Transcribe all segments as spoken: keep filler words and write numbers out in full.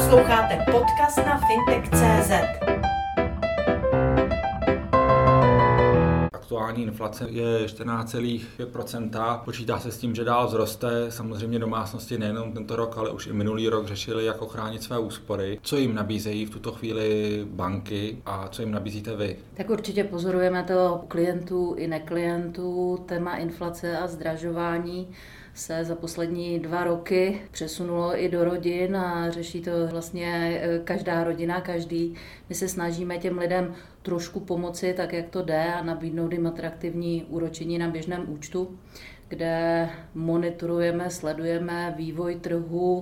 Posloucháte podcast na fintech tečka cé zet. Aktuální inflace je čtrnáct celá pět procenta. Počítá se s tím, že dál vzroste. Samozřejmě domácnosti nejenom tento rok, ale už i minulý rok řešili, jak ochránit své úspory. Co jim nabízejí v tuto chvíli banky a co jim nabízíte vy? Tak určitě pozorujeme to u klientů i neklientů. Téma inflace a zdražování se za poslední dva roky přesunulo i do rodin a řeší to vlastně každá rodina, každý. My se snažíme těm lidem trošku pomoci, tak jak to jde, a nabídnout jim atraktivní úročení na běžném účtu, kde monitorujeme, sledujeme vývoj trhu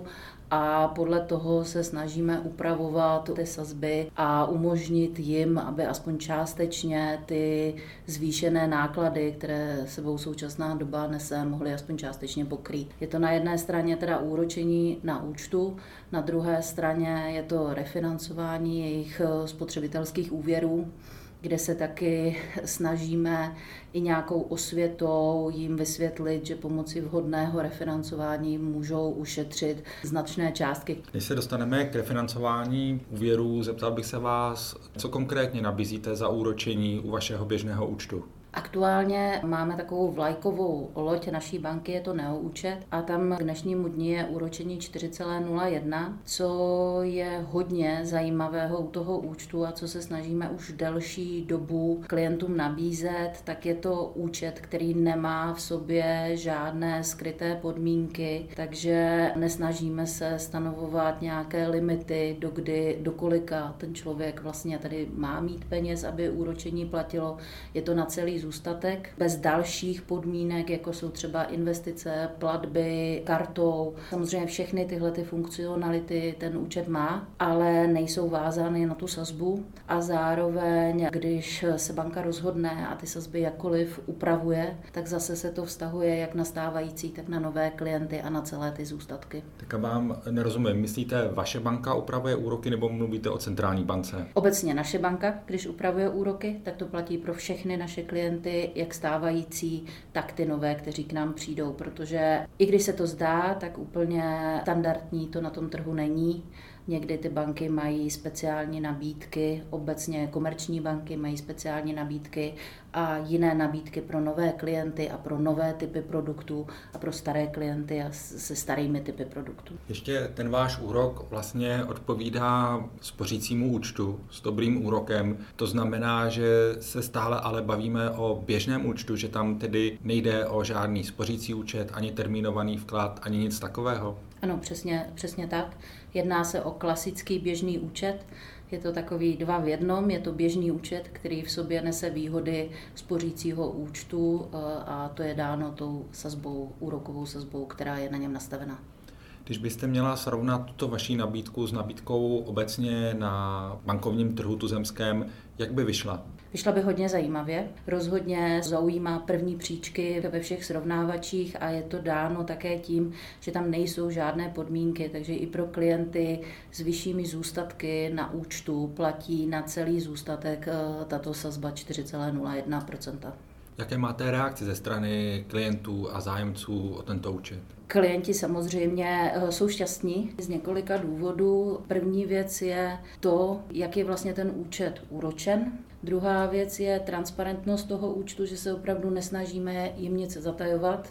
a podle toho se snažíme upravovat ty sazby a umožnit jim, aby aspoň částečně ty zvýšené náklady, které sebou současná doba nese, mohly aspoň částečně pokrýt. Je to na jedné straně teda úročení na účtu, na druhé straně je to refinancování jejich spotřebitelských úvěrů, kde se taky snažíme i nějakou osvětou jim vysvětlit, že pomocí vhodného refinancování můžou ušetřit značné částky. Když se dostaneme k refinancování úvěrů, zeptal bych se vás, co konkrétně nabízíte za úročení u vašeho běžného účtu? Aktuálně máme takovou vlajkovou loď naší banky, je to neoúčet, a tam k dnešnímu dni je úročení čtyři celá nula jedna, co je hodně zajímavého u toho účtu a co se snažíme už delší dobu klientům nabízet, tak je to účet, který nemá v sobě žádné skryté podmínky, takže nesnažíme se stanovovat nějaké limity, do kdy, do kolika ten člověk vlastně tady má mít peněz, aby úročení platilo. Je to na celý zůstatek, bez dalších podmínek, jako jsou třeba investice, platby, kartou. Samozřejmě všechny tyhle ty funkcionality ten účet má, ale nejsou vázány na tu sazbu a zároveň, když se banka rozhodne a ty sazby jakkoliv upravuje, tak zase se to vztahuje jak na stávající, tak na nové klienty a na celé ty zůstatky. Tak a vám nerozumím, myslíte, vaše banka upravuje úroky nebo mluvíte o centrální bance? Obecně naše banka, když upravuje úroky, tak to platí pro všechny naše klienty, jak stávající, tak ty nové, kteří k nám přijdou, protože i když se to zdá, tak úplně standardní to na tom trhu není. Někdy ty banky mají speciální nabídky, obecně komerční banky mají speciální nabídky a jiné nabídky pro nové klienty a pro nové typy produktů a pro staré klienty a se starými typy produktů. Ještě ten váš úrok vlastně odpovídá spořícímu účtu s dobrým úrokem. To znamená, že se stále ale bavíme o běžném účtu, že tam tedy nejde o žádný spořící účet, ani termínovaný vklad, ani nic takového? Ano, přesně, přesně tak. Jedná se o klasický běžný účet. Je to takový dva v jednom, je to běžný účet, který v sobě nese výhody spořícího účtu a to je dáno tou sazbou, úrokovou sazbou, která je na něm nastavená. Když byste měla srovnat tuto vaší nabídku s nabídkou obecně na bankovním trhu tuzemském, jak by vyšla? Vyšla by hodně zajímavě. Rozhodně zaujímá první příčky ve všech srovnávačích a je to dáno také tím, že tam nejsou žádné podmínky, takže i pro klienty s vyššími zůstatky na účtu platí na celý zůstatek tato sazba čtyři celá nula jedna procenta. Jaké máte reakce ze strany klientů a zájemců o tento účet? Klienti samozřejmě jsou šťastní z několika důvodů. První věc je to, jak je vlastně ten účet úročen. Druhá věc je transparentnost toho účtu, že se opravdu nesnažíme jim nic zatajovat.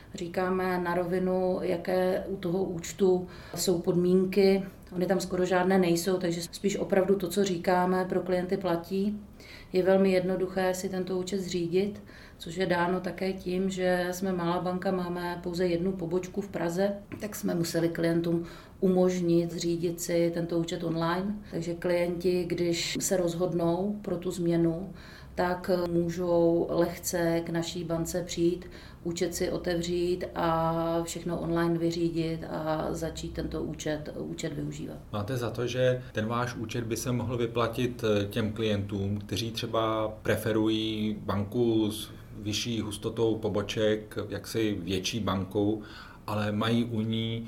Říkáme na rovinu, jaké u toho účtu jsou podmínky. Ony tam skoro žádné nejsou, takže spíš opravdu to, co říkáme, pro klienty platí. Je velmi jednoduché si tento účet zřídit, což je dáno také tím, že jsme malá banka, máme pouze jednu pobočku v Praze, tak jsme museli klientům umožnit zřídit si tento účet online. Takže klienti, když se rozhodnou pro tu změnu, tak můžou lehce k naší bance přijít, účet si otevřít a všechno online vyřídit a začít tento účet, účet využívat. Máte za to, že ten váš účet by se mohl vyplatit těm klientům, kteří třeba preferují banku s vyšší hustotou poboček, jaksi větší bankou, ale mají u ní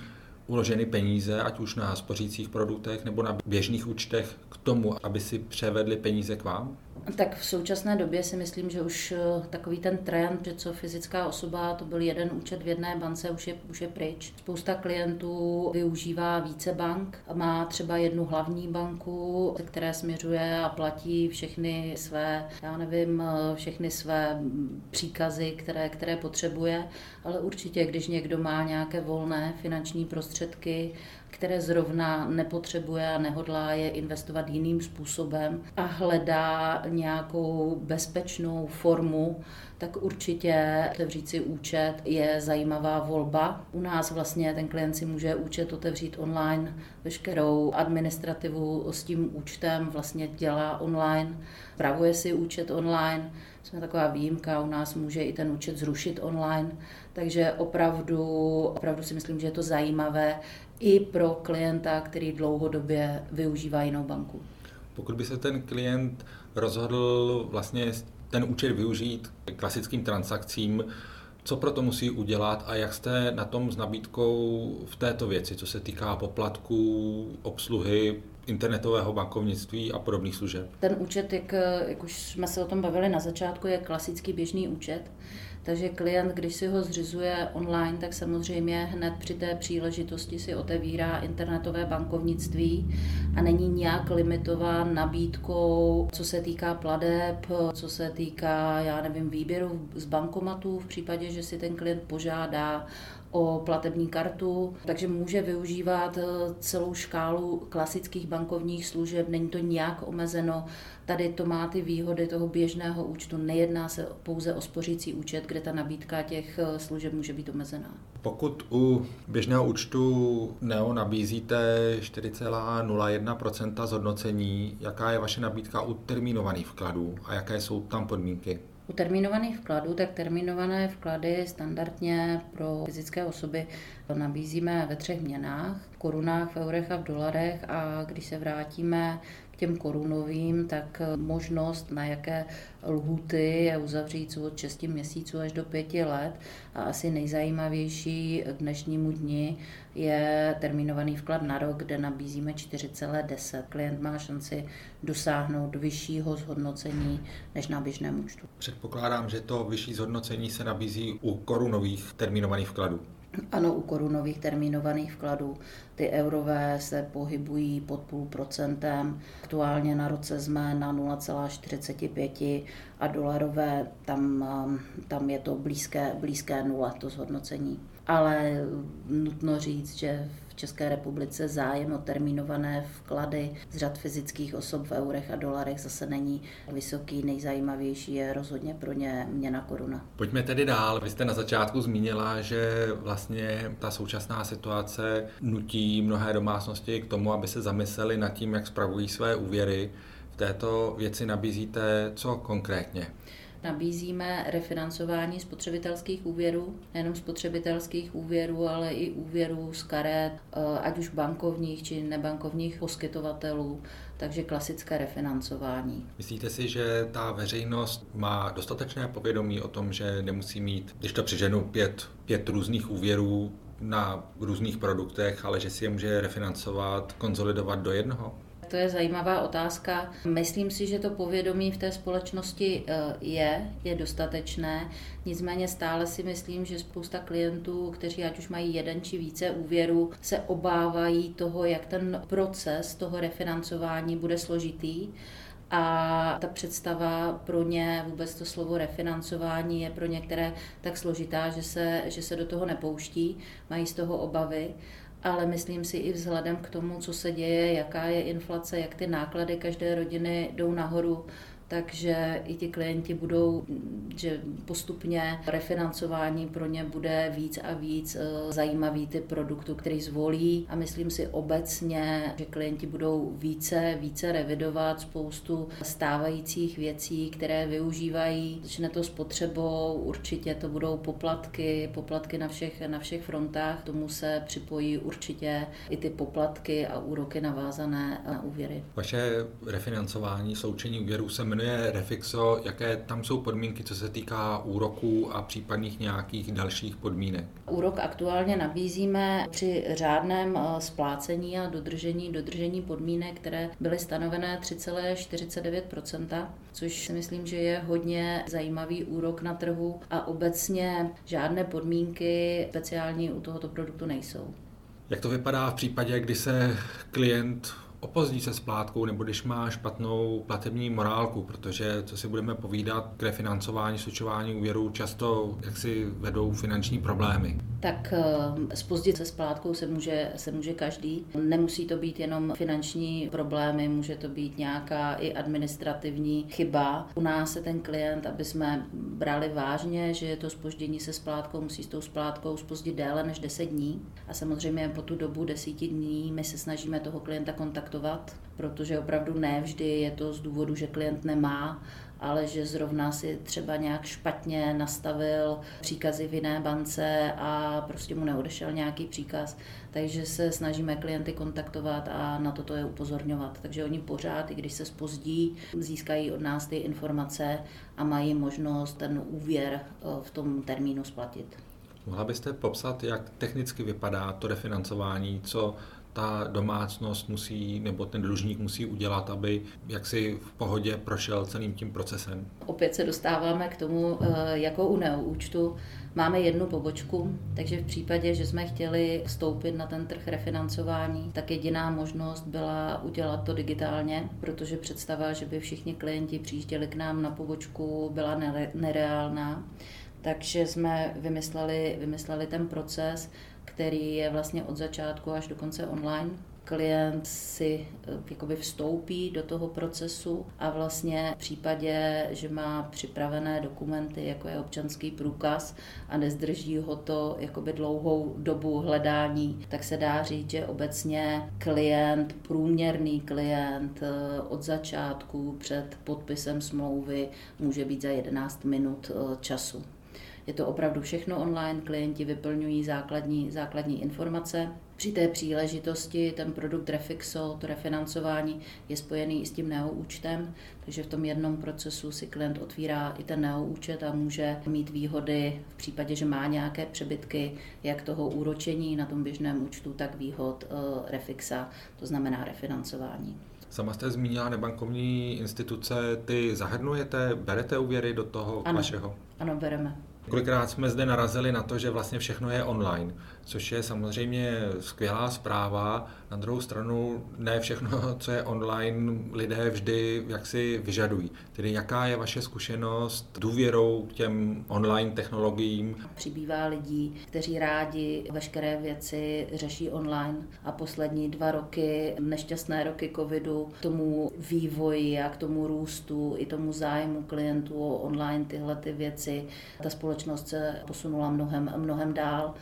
uloženy peníze, ať už na spořících produktech nebo na běžných účtech k tomu, aby si převedli peníze k vám? Tak v současné době si myslím, že už takový ten trend, že co fyzická osoba, to byl jeden účet v jedné bance, už je, už je pryč. Spousta klientů využívá více bank, má třeba jednu hlavní banku, které směřuje a platí všechny své, já nevím, všechny své příkazy, které, které potřebuje, ale určitě, když někdo má nějaké volné finanční prostředky, které zrovna nepotřebuje a nehodlá je investovat jiným způsobem a hledá nějakou bezpečnou formu, tak určitě otevřít si účet je zajímavá volba. U nás vlastně ten klient si může účet otevřít online, veškerou administrativu s tím účtem vlastně dělá online, spravuje si účet online, jsme taková výjimka, u nás může i ten účet zrušit online, takže opravdu, opravdu si myslím, že je to zajímavé i pro klienta, který dlouhodobě využívá jinou banku. Pokud by se ten klient rozhodl vlastně ten účet využít klasickým transakcím, co pro to musí udělat a jak jste na tom s nabídkou v této věci, co se týká poplatků, obsluhy, internetového bankovnictví a podobných služeb? Ten účet, jak, jak už jsme se o tom bavili na začátku, je klasický běžný účet. Takže klient, když si ho zřizuje online, tak samozřejmě hned při té příležitosti si otevírá internetové bankovnictví a není nějak limitován nabídkou, co se týká plateb, co se týká, já nevím, výběru z bankomatů v případě, že si ten klient požádá o platební kartu, takže může využívat celou škálu klasických bankovních služeb, není to nějak omezeno. Tady to má ty výhody toho běžného účtu, nejedná se pouze o spořící účet, kde ta nabídka těch služeb může být omezená. Pokud u běžného účtu Neo nabízíte čtyři celá nula jedna procenta zhodnocení, jaká je vaše nabídka u termínovaných vkladů a jaké jsou tam podmínky? U termínovaných vkladů, tak termínované vklady standardně pro fyzické osoby nabízíme ve třech měnách, v korunách, v eurech a v dolarech, a když se vrátíme k těm korunovým, tak možnost, na jaké lhůty je uzavřít, jsou od šesti měsíců až do pěti let, a asi nejzajímavější k dnešnímu dni je termínovaný vklad na rok, kde nabízíme čtyři celá deset. Klient má šanci dosáhnout vyššího zhodnocení než na běžném účtu. Předpokládám, že to vyšší zhodnocení se nabízí u korunových termínovaných vkladů. Ano, u korunových termínovaných vkladů. Ty eurové se pohybují pod půl procentem, aktuálně na roce jsme na nula celá čtyřicet pět a dolarové, tam, tam je to blízké, blízké nula, to zhodnocení. Ale nutno říct, že v České republice zájem o termínované vklady z řad fyzických osob v eurech a dolarech zase není vysoký, nejzajímavější je rozhodně pro ně měna koruna. Pojďme tedy dál. Vy jste na začátku zmínila, že vlastně ta současná situace nutí mnohé domácnosti k tomu, aby se zamysleli nad tím, jak spravují své úvěry. V této věci nabízíte co konkrétně? Nabízíme refinancování spotřebitelských úvěrů, nejenom spotřebitelských úvěrů, ale i úvěrů z karet, ať už bankovních či nebankovních poskytovatelů, takže klasické refinancování. Myslíte si, že ta veřejnost má dostatečné povědomí o tom, že nemusí mít, když to přiženu, pět, pět různých úvěrů na různých produktech, ale že si je může refinancovat, konsolidovat do jednoho? To je zajímavá otázka. Myslím si, že to povědomí v té společnosti je, je dostatečné. Nicméně stále si myslím, že spousta klientů, kteří ať už mají jeden či více úvěrů, se obávají toho, jak ten proces toho refinancování bude složitý. A ta představa pro ně, vůbec to slovo refinancování je pro některé tak složitá, že se, že se do toho nepouští, mají z toho obavy. Ale myslím si i vzhledem k tomu, co se děje, jaká je inflace, jak ty náklady každé rodiny jdou nahoru, takže i ti klienti budou, že postupně refinancování pro ně bude víc a víc zajímavý typ produktu, který zvolí, a myslím si obecně, že klienti budou více, více revidovat spoustu stávajících věcí, které využívají. Začne to spotřebou, určitě to budou poplatky, poplatky na všech, na všech frontách, tomu se připojí určitě i ty poplatky a úroky navázané na úvěry. Vaše refinancování, sloučení úvěrů se jmenuje jmenuje Refixo. Jaké tam jsou podmínky, co se týká úroků a případných nějakých dalších podmínek? Úrok aktuálně nabízíme při řádném splácení a dodržení, dodržení podmínek, které byly stanovené tři celá čtyřicet devět procenta, což si myslím, že je hodně zajímavý úrok na trhu a obecně žádné podmínky speciální u tohoto produktu nejsou. Jak to vypadá v případě, kdy se klient opozdí se splátkou nebo když má špatnou platební morálku, protože, co si budeme povídat, k refinancování, slučování úvěrů často jaksi vedou finanční problémy. Tak zpozdit se splátkou se může, se může každý. Nemusí to být jenom finanční problémy, může to být nějaká i administrativní chyba. U nás se ten klient, aby jsme brali vážně, že je to zpoždění se splátkou, musí s tou splátkou zpozdit déle než deset dní. A samozřejmě po tu dobu deseti dní my se snažíme toho klienta kontaktovat, protože opravdu ne vždy je to z důvodu, že klient nemá, ale že zrovna si třeba nějak špatně nastavil příkazy v jiné bance a prostě mu neodešel nějaký příkaz. Takže se snažíme klienty kontaktovat a na toto je upozorňovat. Takže oni pořád, i když se zpozdí, získají od nás ty informace a mají možnost ten úvěr v tom termínu splatit. Mohla byste popsat, jak technicky vypadá to refinancování, co ta domácnost musí, nebo ten dlužník musí udělat, aby jaksi v pohodě prošel celým tím procesem? Opět se dostáváme k tomu, jako u neoúčtu. Máme jednu pobočku, takže v případě, že jsme chtěli vstoupit na ten trh refinancování, tak jediná možnost byla udělat to digitálně, protože představa, že by všichni klienti přijížděli k nám na pobočku, byla nereálná. Takže jsme vymysleli, vymysleli ten proces, který je vlastně od začátku až do konce online. Klient si jakoby vstoupí do toho procesu a vlastně v případě, že má připravené dokumenty, jako je občanský průkaz a nezdrží ho to jakoby dlouhou dobu hledání, tak se dá říct, že obecně klient, průměrný klient od začátku před podpisem smlouvy může být za jedenáct minut času. Je to opravdu všechno online, klienti vyplňují základní, základní informace. Při té příležitosti ten produkt Refixo, to refinancování, je spojený i s tím neoúčtem, takže v tom jednom procesu si klient otvírá i ten neoúčet a může mít výhody v případě, že má nějaké přebytky, jak toho úročení na tom běžném účtu, tak výhod Refixa, to znamená refinancování. Sama jste zmínila nebankovní instituce, ty zahrnujete, berete úvěry do toho ano, vašeho? Ano, bereme. Kolikrát jsme zde narazili na to, že vlastně všechno je online, což je samozřejmě skvělá zpráva. Na druhou stranu ne všechno, co je online, lidé vždy jaksi vyžadují. Tedy jaká je vaše zkušenost důvěrou k těm online technologiím? Přibývá lidí, kteří rádi veškeré věci řeší online a poslední dva roky, nešťastné roky covidu, k tomu vývoji a k tomu růstu i tomu zájmu klientů o online tyhle ty věci, ta společnost se posunula mnohem, mnohem dál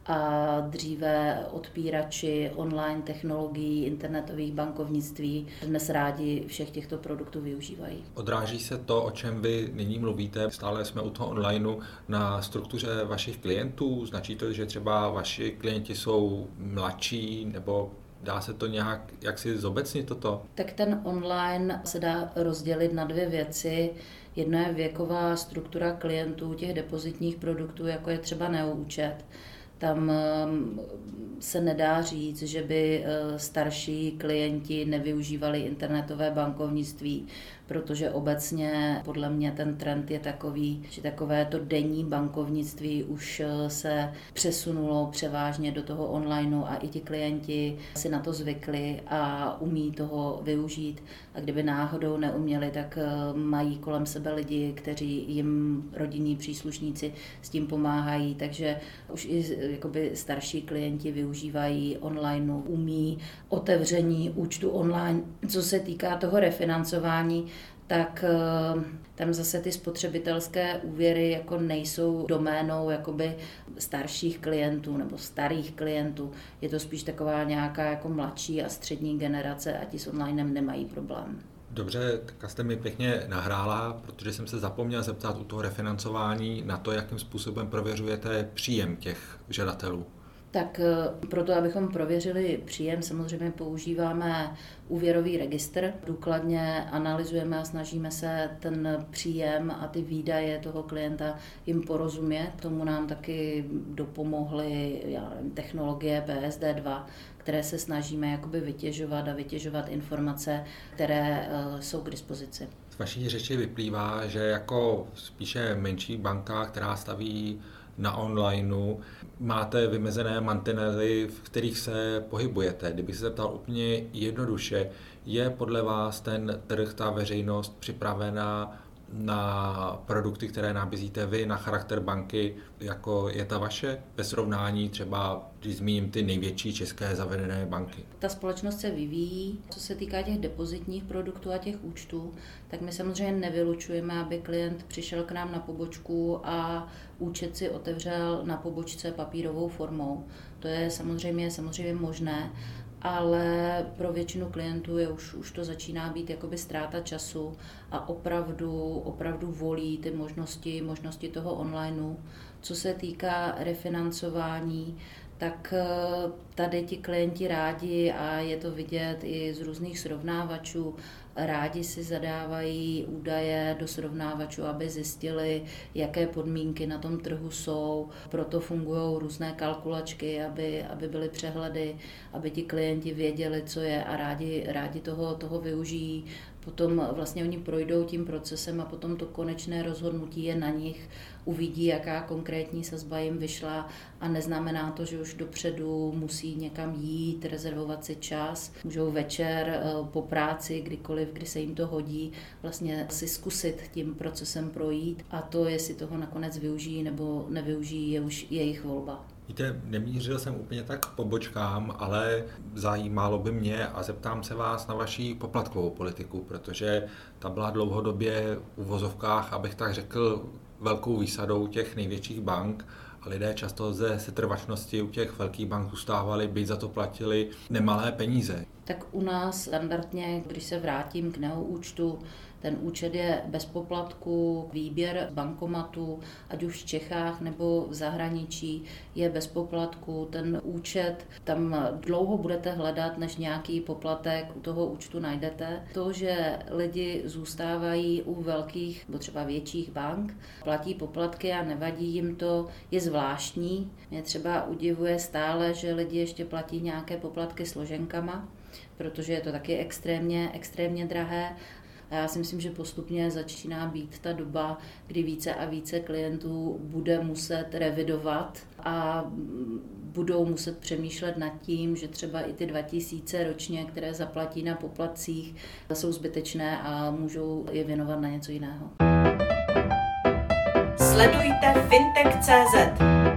a dříve odpírači online technologií, internetových bankovnictví dnes rádi všech těchto produktů využívají. Odráží se to, o čem vy nyní mluvíte, stále jsme u toho onlineu, na struktuře vašich klientů? Značí to, že třeba vaši klienti jsou mladší, nebo dá se to nějak, jak si zobecnit toto? Tak ten online se dá rozdělit na dvě věci. Jedno je věková struktura klientů těch depozitních produktů, jako je třeba neoúčet. Tam se nedá říct, že by starší klienti nevyužívali internetové bankovnictví, protože obecně podle mě ten trend je takový, že takové to denní bankovnictví už se přesunulo převážně do toho onlineu a i ti klienti si na to zvykli a umí toho využít. A kdyby náhodou neuměli, tak mají kolem sebe lidi, kteří jim rodinní příslušníci s tím pomáhají, takže už i jakoby starší klienti využívají online, umí otevření účtu online. Co se týká toho refinancování, tak tam zase ty spotřebitelské úvěry jako nejsou doménou jakoby starších klientů nebo starých klientů. Je to spíš taková nějaká jako mladší a střední generace a ti s onlinem nemají problém. Dobře, tak jste mi pěkně nahrála, protože jsem se zapomněl zeptat u toho refinancování na to, jakým způsobem prověřujete příjem těch žadatelů. Tak proto, abychom prověřili příjem, samozřejmě používáme úvěrový registr. Důkladně analyzujeme a snažíme se ten příjem a ty výdaje toho klienta jim porozumět. Tomu nám taky dopomohly já nevím, technologie P S D dva, které se snažíme jakoby vytěžovat a vytěžovat informace, které jsou k dispozici. Z vaší řeči vyplývá, že jako spíše menší banka, která staví na onlineu, máte vymezené mantinely, v kterých se pohybujete. Kdybych se zeptal úplně jednoduše, je podle vás ten trh, ta veřejnost připravená na produkty, které nabízíte vy, na charakter banky, jako je ta vaše, ve srovnání třeba, když zmíním ty největší české zavedené banky? Ta společnost se vyvíjí. Co se týká těch depozitních produktů a těch účtů, tak my samozřejmě nevylučujeme, aby klient přišel k nám na pobočku a účet si otevřel na pobočce papírovou formou. To je samozřejmě, samozřejmě možné, ale pro většinu klientů je už, už to začíná být jakoby ztráta času a opravdu, opravdu volí ty možnosti, možnosti toho onlineu. Co se týká refinancování, tak tady ti klienti rádi, a je to vidět i z různých srovnávačů, rádi si zadávají údaje do srovnávačů, aby zjistili, jaké podmínky na tom trhu jsou. Proto fungují různé kalkulačky, aby, aby byly přehledy, aby ti klienti věděli, co je, a rádi, rádi toho, toho využijí. Potom vlastně oni projdou tím procesem a potom to konečné rozhodnutí je na nich. Uvidí, jaká konkrétní sazba jim vyšla, a neznamená to, že už dopředu musí někam jít, rezervovat si čas. Můžou večer po práci, kdykoliv, kdy se jim to hodí, vlastně si zkusit tím procesem projít, a to, jestli toho nakonec využijí nebo nevyužijí, je už jejich volba. Víte, nemířil jsem úplně tak k pobočkám, ale zajímalo by mě a zeptám se vás na vaši poplatkovou politiku, protože ta byla dlouhodobě v uvozovkách, abych tak řekl, velkou výsadou těch největších bank, a lidé často ze setrvačnosti u těch velkých bank zůstávali, byť za to platili nemalé peníze. Tak u nás standardně, když se vrátím k Neo účtu, ten účet je bez poplatku, výběr bankomatu, ať už v Čechách nebo v zahraničí, je bez poplatku. Ten účet, tam dlouho budete hledat, než nějaký poplatek u toho účtu najdete. To, že lidi zůstávají u velkých, nebo třeba větších bank, platí poplatky a nevadí jim to, je zvláštní. Mě třeba udivuje stále, že lidi ještě platí nějaké poplatky složenkama, protože je to taky extrémně, extrémně drahé. A já si myslím, že postupně začíná být ta doba, kdy více a více klientů bude muset revidovat a budou muset přemýšlet nad tím, že třeba i ty dva tisíce ročně, které zaplatí na poplatcích, jsou zbytečné a můžou je věnovat na něco jiného. Sledujte fintech tečka cé zet.